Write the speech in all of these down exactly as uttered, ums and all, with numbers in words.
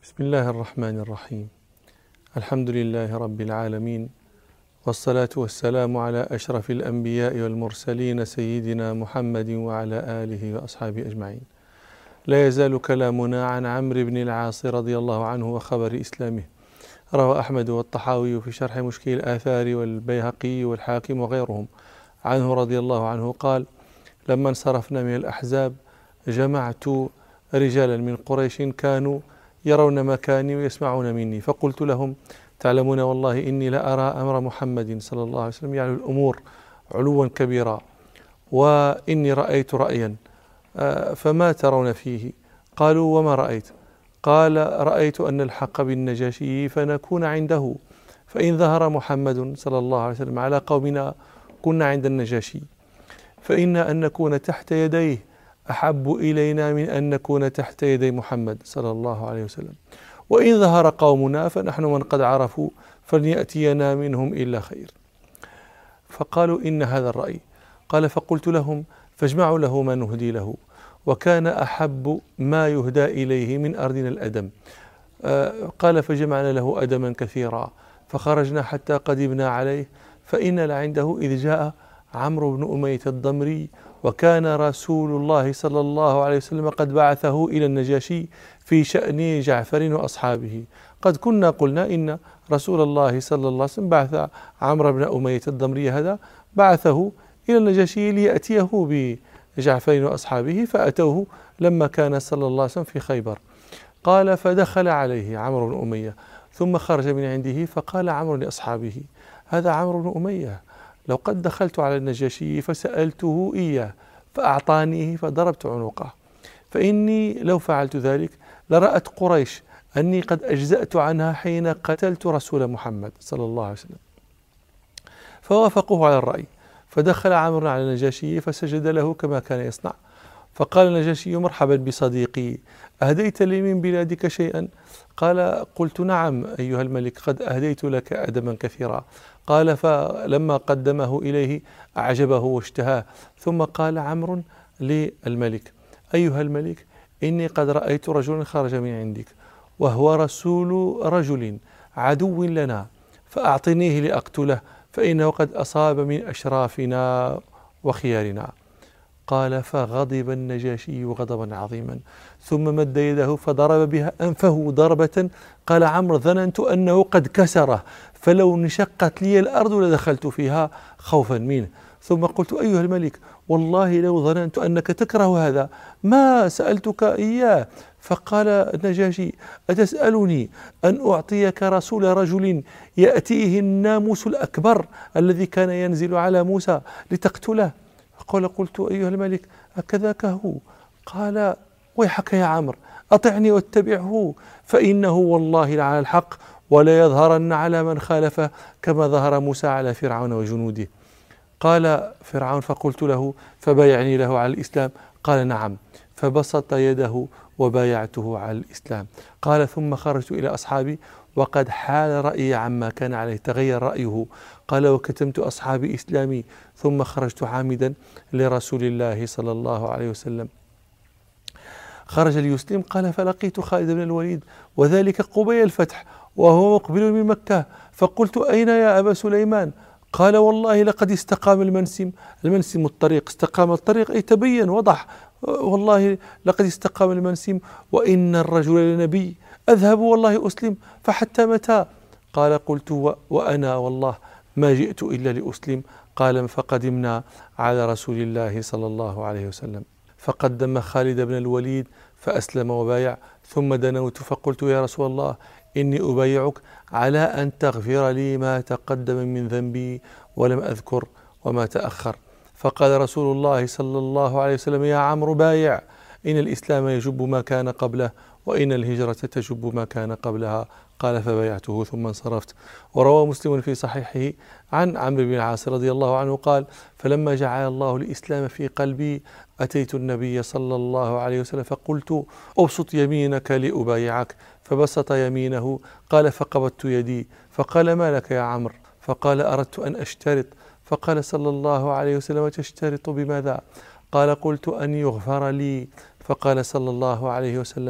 بسم الله الرحمن الرحيم. الحمد لله رب العالمين، والصلاة والسلام على أشرف الأنبياء والمرسلين سيدنا محمد وعلى آله وأصحابه أجمعين. لا يزال كلامنا عن عمرو بن العاص رضي الله عنه وخبر إسلامه. روى أحمد والطحاوي في شرح مشكل الآثار والبيهقي والحاكم وغيرهم عنه رضي الله عنه قال: لما انصرفنا من الأحزاب جمعت رجالا من قريش كانوا يرون مكاني ويسمعون مني، فقلت لهم: تعلمون والله إني لأرى أمر محمد صلى الله عليه وسلم يعلو الأمور علوا كبيرا، وإني رأيت رأيا فما ترون فيه؟ قالوا: وما رأيت؟ قال: رأيت أن الحق بالنجاشي فنكون عنده، فإن ظهر محمد صلى الله عليه وسلم على قومنا كنا عند النجاشي، فإن أن نكون تحت يديه أحب إلينا من أن نكون تحت يدي محمد صلى الله عليه وسلم، وإن ظهر قومنا فنحن من قد عرفوا فليأتينا منهم إلا خير. فقالوا: إن هذا الرأي. قال: فقلت لهم: فاجمعوا له ما نهدي له، وكان أحب ما يهدى إليه من أرضنا الأدم. آه قال: فجمعنا له أدما كثيرا، فخرجنا حتى قدمنا عليه، فإن لعنده إذ جاء عمرو بن أمية الضمري، وكان رسول الله صلى الله عليه وسلم قد بعثه إلى النجاشي في شأن جعفر وأصحابه. قد كنا قلنا إن رسول الله صلى الله عليه وسلم بعث عمرو بن أمية الضمري هذا، بعثه إلى النجاشي ليأتيه بجعفر وأصحابه، فأتوه لما كان صلى الله عليه وسلم في خيبر. قال: فدخل عليه عمرو بن أمية ثم خرج من عنده، فقال عمرو لأصحابه: هذا عمرو بن أمية، لو قد دخلت على النجاشي فسألته إياه فأعطانيه فضربت عنقه، فإني لو فعلت ذلك لرأت قريش أني قد أجزأت عنها حين قتلت رسول محمد صلى الله عليه وسلم. فوافقوه على الرأي، فدخل عمرو على النجاشي فسجد له كما كان يصنع. فقال النجاشي: مرحبا بصديقي، أهديت لي من بلادك شيئا؟ قال: قلت: نعم أيها الملك، قد أهديت لك أدما كثيرا. قال: فلما قدمه إليه أعجبه واشتهاه، ثم قال عمرو للملك: أيها الملك، إني قد رأيت رجلا خرج من عندك، وهو رسول رجل عدو لنا، فأعطنيه لأقتله، فإنه قد أصاب من أشرافنا وخيارنا. قال: فغضب النجاشي غضبا عظيما، ثم مد يده فضرب بها أنفه ضربة. قال عمرو: ظننت أنه قد كسره، فلو انشقت لي الأرض لدخلت فيها خوفا منه. ثم قلت: أيها الملك، والله لو ظننت أنك تكره هذا ما سألتك إياه. فقال النجاشي: أتسألني أن أعطيك رسول رجل يأتيه الناموس الأكبر الذي كان ينزل على موسى لتقتله؟ قال: قلت: أيها الملك، أكذاك هو؟ قال: ويحك يا عمرو، أطعني واتبعه، فإنه والله على الحق، ولا يظهرن على من خالفه كما ظهر موسى على فرعون وجنوده. قال فرعون: فقلت له: فبايعني له على الإسلام؟ قال: نعم. فبسط يده وبايعته على الإسلام. قال: ثم خرجت إلى أصحابي وقد حال رأيي عما كان عليه، تغير رأيه. قال: وكتمت أصحابي إسلامي، ثم خرجت حامدا لرسول الله صلى الله عليه وسلم. خرج ليسلم. قال: فلقيت خالد بن الوليد، وذلك قبيل الفتح، وهو مقبل من مكة، فقلت: أين يا أبا سليمان؟ قال: والله لقد استقام المنسم. المنسم الطريق، استقام الطريق أي تبين وضح، والله لقد استقام المنسم، وإن الرجل لنبي، أذهب والله أسلم، فحتى متى؟ قال: قلت: وأنا والله ما جئت إلا لأسلم. قال: فقدمنا على رسول الله صلى الله عليه وسلم، فقدم خالد بن الوليد فأسلم وبايع. ثم دنوت فقلت: يا رسول الله، إني أبايعك على أن تغفر لي ما تقدم من ذنبي ولم أذكر وما تأخر. فقال رسول الله صلى الله عليه وسلم: يا عمرو بايع، إن الإسلام يجب ما كان قبله، وإن الهجرة تجب ما كان قبلها. قال: فبايعته ثم انصرفت. وروى مسلم في صحيحه عن عمرو بن العاص رضي الله عنه قال: فلما جعل الله الإسلام في قلبي أتيت النبي صلى الله عليه وسلم فقلت: أبسط يمينك لأبايعك، فبسط يمينه. قال: فقبضت يدي. فقال: ما لك يا عمرو؟ فقال: أردت أن أشترط. فقال صلى الله عليه وسلم: تشترط بماذا؟ قال: قلت أن يغفر لي. فقال صلى الله عليه وسلم: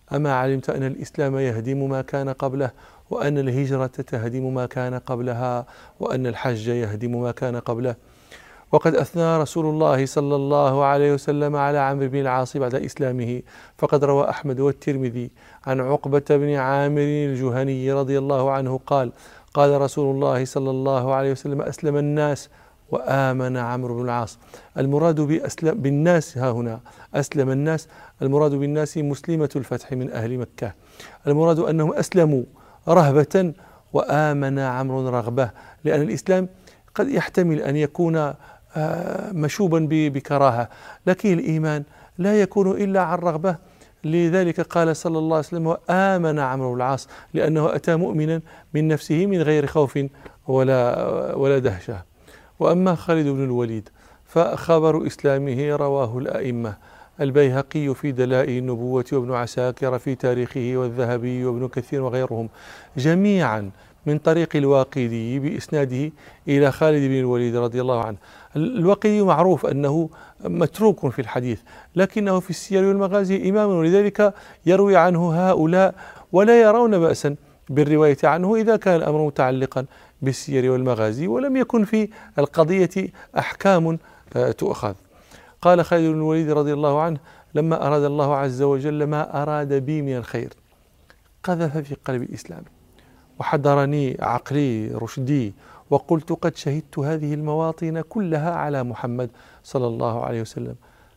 أما علمت أن الإسلام يهدم ما كان قبله، وأن الهجرة تهدم ما كان قبلها، وأن الحج يهدم ما كان قبله. وقد أثنى رسول الله صلى الله عليه وسلم على عمرو بن العاص بعد إسلامه، فقد روى أحمد والترمذي عن عقبة بن عامر الجهني رضي الله عنه قال: قال رسول الله صلى الله عليه وسلم: أسلم الناس وآمن عمرو بن العاص. المراد بأسلم بالناس ها هنا أسلم الناس، المراد بالناس مسلمة الفتح من أهل مكة، المراد أنهم أسلموا رهبة وآمن عمرو رغبة، لأن الإسلام قد يحتمل أن يكون مشوبا بكراهة، لكن الإيمان لا يكون إلا عن رغبة. لذلك قال صلى الله عليه وسلم: وآمن عمرو بن العاص، لأنه أتى مؤمنا من نفسه من غير خوف ولا ولا دهشة. وأما خالد بن الوليد فخبر إسلامه رواه الأئمة: البيهقي في دلائل النبوة، وابن عساكر في تاريخه، والذهبي وابن كثير وغيرهم، جميعا من طريق الواقدي بإسناده إلى خالد بن الوليد رضي الله عنه. الواقدي معروف أنه متروك في الحديث، لكنه في السير والمغازي إمام، ولذلك يروي عنه هؤلاء ولا يرون بأسا بالرواية عنه إذا كان الأمر متعلقا بالسير والمغازي ولم يكن في القضية أحكام تؤخذ. قال خالد بن الوليد رضي الله عنه: لما أراد الله عز وجل ما أراد بي من الخير قذف في قلب الإسلام، وحضرني عقلي رشدي، وقلت: قد شهدت هذه المواطن كلها على محمد صلى الله عليه وسلم،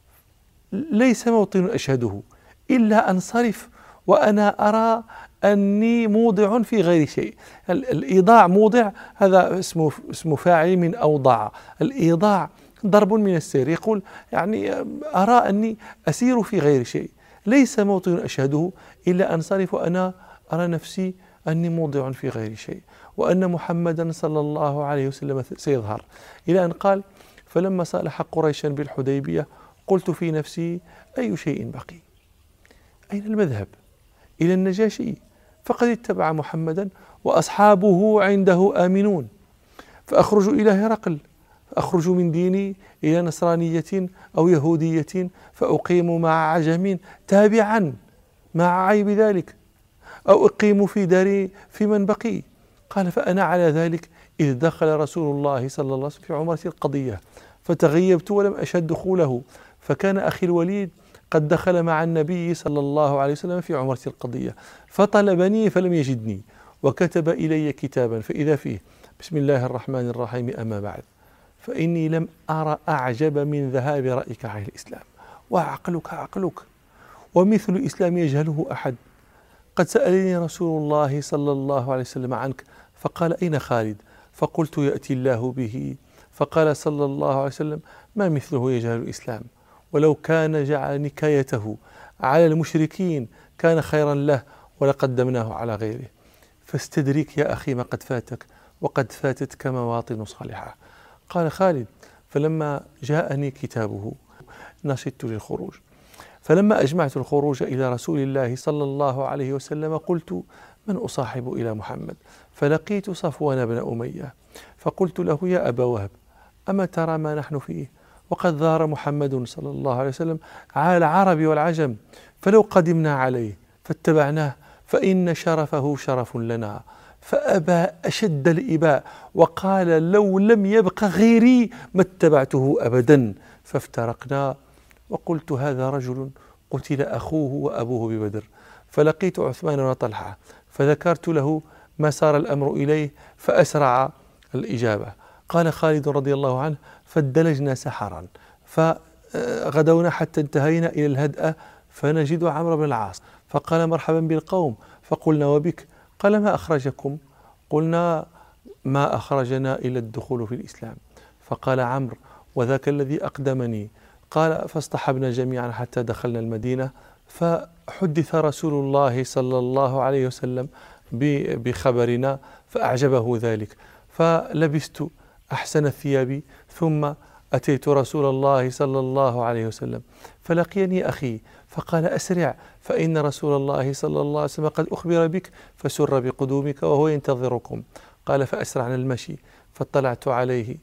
ليس موطن أشهده إلا أنصرف وأنا أرى أني موضع في غير شيء. الإيضاع موضع، هذا اسمه اسمه فاعل من أوضع. الإيضاع ضرب من السير، يقول يعني أرى أني أسير في غير شيء، ليس موطن أشهده إلا أنصرف وأنا أرى نفسي أني موضع في غير شيء، وأن محمدا صلى الله عليه وسلم سيظهر. إلى أن قال: فلما صالح قريشا بالحديبية قلت في نفسي: أي شيء بقي؟ أين المذهب إلى النجاشي؟ فقد اتبع محمدا وأصحابه عنده آمنون، فأخرج إلى هرقل، فأخرج من ديني إلى نصرانية أو يهودية، فأقيم مع عجم تابعا مع عيب ذلك، أو أقيم في داري في من بقي. قال: فأنا على ذلك إذ دخل رسول الله صلى الله عليه وسلم في عمرة القضية، فتغيبت ولم أشهد دخوله، فكان أخي الوليد قد دخل مع النبي صلى الله عليه وسلم في عمرة القضية، فطلبني فلم يجدني، وكتب إلي كتابا فإذا فيه: بسم الله الرحمن الرحيم، أما بعد، فإني لم أرى أعجب من ذهاب رأيك عن الإسلام، وعقلك عقلك، ومثل الإسلام يجهله أحد. قد سألني رسول الله صلى الله عليه وسلم عنك، فقال: أين خالد؟ فقلت: يأتي الله به. فقال صلى الله عليه وسلم: ما مثله يجهل الإسلام، ولو كان جعل نكايته على المشركين كان خيرا له، ولقدمناه على غيره. فاستدرك يا أخي ما قد فاتك، وقد فاتتك مواطن صالحة. قال خالد: فلما جاءني كتابه نشطت للخروج، فلما أجمعت الخروج إلى رسول الله صلى الله عليه وسلم قلت: من أصاحب إلى محمد؟ فلقيت صفوان بن أمية، فقلت له: يا أبا وهب، أما ترى ما نحن فيه؟ وقد ظهر محمد صلى الله عليه وسلم على العرب والعجم، فلو قدمنا عليه فاتبعناه فإن شرفه شرف لنا. فأبى أشد الإباء، وقال: لو لم يبق غيري ما اتبعته أبدا. فافترقنا، وقلت: هذا رجل قتل أخوه وأبوه ببدر. فلقيت عثمان وطلحة، فذكرت له ما سار الأمر إليه، فأسرع الإجابة. قال خالد رضي الله عنه: فادلجنا سحرا، فغدونا حتى انتهينا إلى الهدأة، فنجد عمرو بن العاص، فقال: مرحبا بالقوم. فقلنا: وبك؟ قال: ما أخرجكم؟ قلنا: ما أخرجنا إلا الدخول في الإسلام. فقال عمرو: وذاك الذي أقدمني. قال: فاصطحبنا جميعا حتى دخلنا المدينة، فحدث رسول الله صلى الله عليه وسلم بخبرنا، فأعجبه ذلك، فلبست أحسن الثياب، ثم أتيت رسول الله صلى الله عليه وسلم، فلقيني أخي فقال: أسرع، فإن رسول الله صلى الله عليه وسلم قد أخبر بك، فسر بقدومك وهو ينتظركم. قال: فأسرعنا المشي، فاطلعت عليه،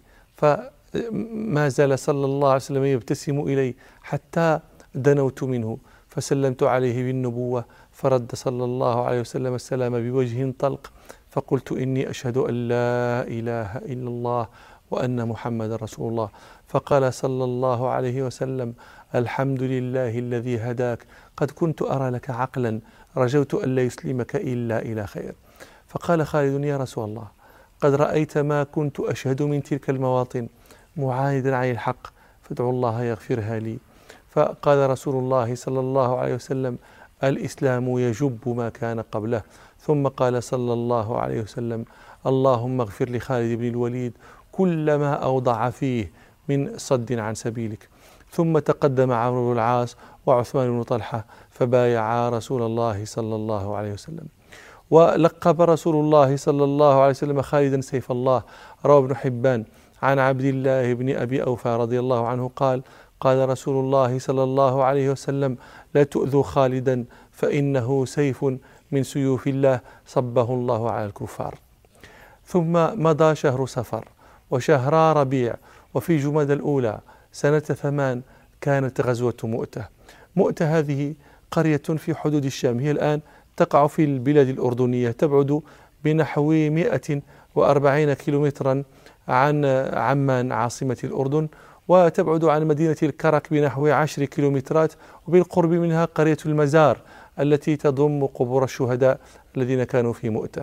فما زال صلى الله عليه وسلم يبتسم إلي حتى دنوت منه، فسلمت عليه بالنبوة، فرد صلى الله عليه وسلم السلام بوجه طلق، فقلت إني أشهد أن لا إله إلا الله وأن محمد رسول الله. فقال صلى الله عليه وسلم: الحمد لله الذي هداك، قد كنت أرى لك عقلا رجوت أن لا يسلمك إلا إلى خير. فقال خالد: يا رسول الله، قد رأيت ما كنت أشهد من تلك المواطن معاندا عن الحق، فادعو الله يغفرها لي. فقال رسول الله صلى الله عليه وسلم: الإسلام يجب ما كان قبله. ثم قال صلى الله عليه وسلم: اللهم اغفر لخالد بن الوليد كل ما أوضع فيه من صد عن سبيلك. ثم تقدم عمرو بن العاص وعثمان بن طلحة فبايعا رسول الله صلى الله عليه وسلم. ولقب رسول الله صلى الله عليه وسلم خالدا سيف الله. روى ابن حبان عن عبد الله بن أبي أوفى رضي الله عنه قال: قال رسول الله صلى الله عليه وسلم: لا تؤذوا خالدا فإنه سيف من سيوف الله صبه الله على الكفار. ثم مضى شهر صفر وشهر ربيع، وفي جمادى الأولى سنة ثمان كانت غزوة مؤتة. مؤتة هذه قرية في حدود الشام، هي الآن تقع في البلاد الأردنية، تبعد بنحو مئة وأربعين كيلومترا عن عمان عاصمة الأردن، وتبعد عن مدينة الكرك بنحو عشر كيلومترات، وبالقرب منها قرية المزار التي تضم قبور الشهداء الذين كانوا في مؤتة.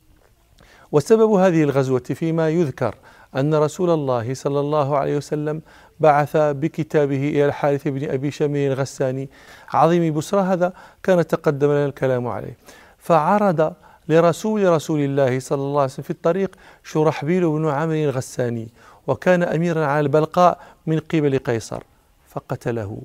وسبب هذه الغزوة فيما يذكر أن رسول الله صلى الله عليه وسلم بعث بكتابه إلى الحارث بن أبي شمير الغساني عظيم بصرى، هذا كان تقدم لنا الكلام عليه، فعرض لرسول رسول الله صلى الله عليه وسلم في الطريق شرحبيل بن عمرو الغساني، وكان أميرا على البلقاء من قبل قيصر، فقتله.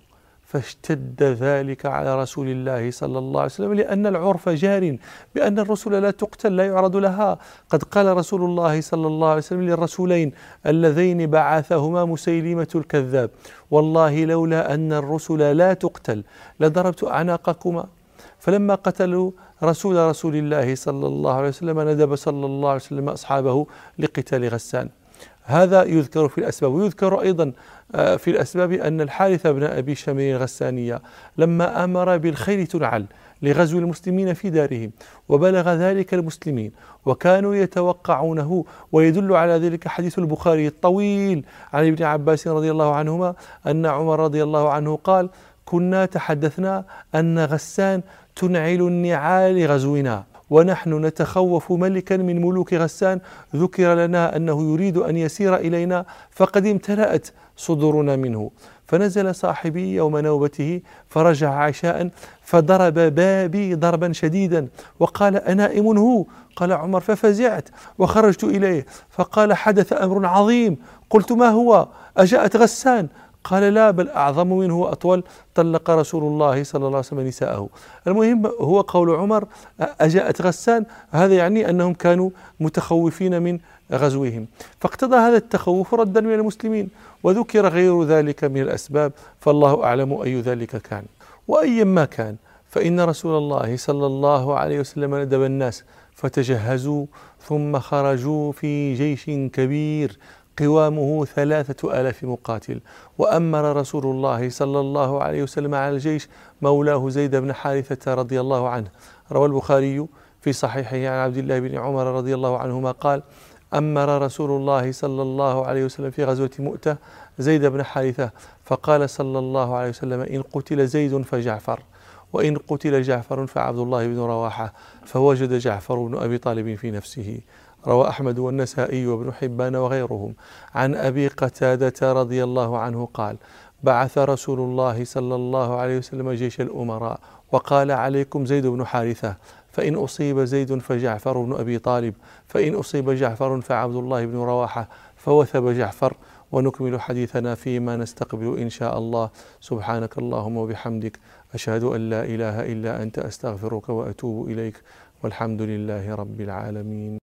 فاشتد ذلك على رسول الله صلى الله عليه وسلم، لأن العرف جار بأن الرسل لا تقتل، لا يعرض لها. قد قال رسول الله صلى الله عليه وسلم للرسولين اللذين بعثهما مسيلمة الكذاب: والله لولا أن الرسل لا تقتل لضربت أعناقكما. فلما قتلوا رسول رسول الله صلى الله عليه وسلم ندب صلى الله عليه وسلم أصحابه لقتال غسان. هذا يذكر في الأسباب. ويذكر أيضا في الأسباب أن الحارث بن أبي شمير الغسانية لما أمر بالخيل تنعل لغزو المسلمين في دارهم، وبلغ ذلك المسلمين وكانوا يتوقعونه، ويدل على ذلك حديث البخاري الطويل عن ابن عباس رضي الله عنهما أن عمر رضي الله عنه قال: كنا تحدثنا أن غسان تنعل النعال لغزونا، ونحن نتخوف ملكا من ملوك غسان ذكر لنا أنه يريد أن يسير إلينا فقد امتلأت صدورنا منه. فنزل صاحبي يوم نوبته فرجع عشاء فضرب بابي ضربا شديدا وقال: أنائم هو؟ قال عمر: ففزعت وخرجت إليه فقال: حدث أمر عظيم. قلت: ما هو؟ أجاءت غسان؟ قال: لا، بل أعظم منه وأطول، طلق رسول الله صلى الله عليه وسلم نساءه. المهم هو قول عمر: أجاءت غسان، هذا يعني أنهم كانوا متخوفين من غزوهم، فاقتضى هذا التخوف ردا من المسلمين، وذكر غير ذلك من الأسباب، فالله أعلم أي ذلك كان. وأيا ما كان، فإن رسول الله صلى الله عليه وسلم ندب الناس فتجهزوا، ثم خرجوا في جيش كبير قوامه ثلاثة آلاف مقاتل، وأمر رسول الله صلى الله عليه وسلم على الجيش مولاه زيد بن حارثة رضي الله عنه. روى البخاري في صحيحه عن عبد الله بن عمر رضي الله عنهما قال: أمر رسول الله صلى الله عليه وسلم في غزوة مؤتة زيد بن حارثة، فقال صلى الله عليه وسلم: إن قتل زيد فجعفر، وإن قتل جعفر فعبد الله بن رواحة. فوجد جعفر بن أبي طالب في نفسه. روى أحمد والنسائي وابن حبان وغيرهم عن أبي قتادة رضي الله عنه قال: بعث رسول الله صلى الله عليه وسلم جيش الأمراء وقال: عليكم زيد بن حارثة، فإن أصيب زيد فجعفر بن أبي طالب، فإن أصيب جعفر فعبد الله بن رواحة. فوثب جعفر. ونكمل حديثنا فيما نستقبل إن شاء الله. سبحانك اللهم وبحمدك، أشهد أن لا إله إلا أنت، أستغفرك وأتوب إليك، والحمد لله رب العالمين.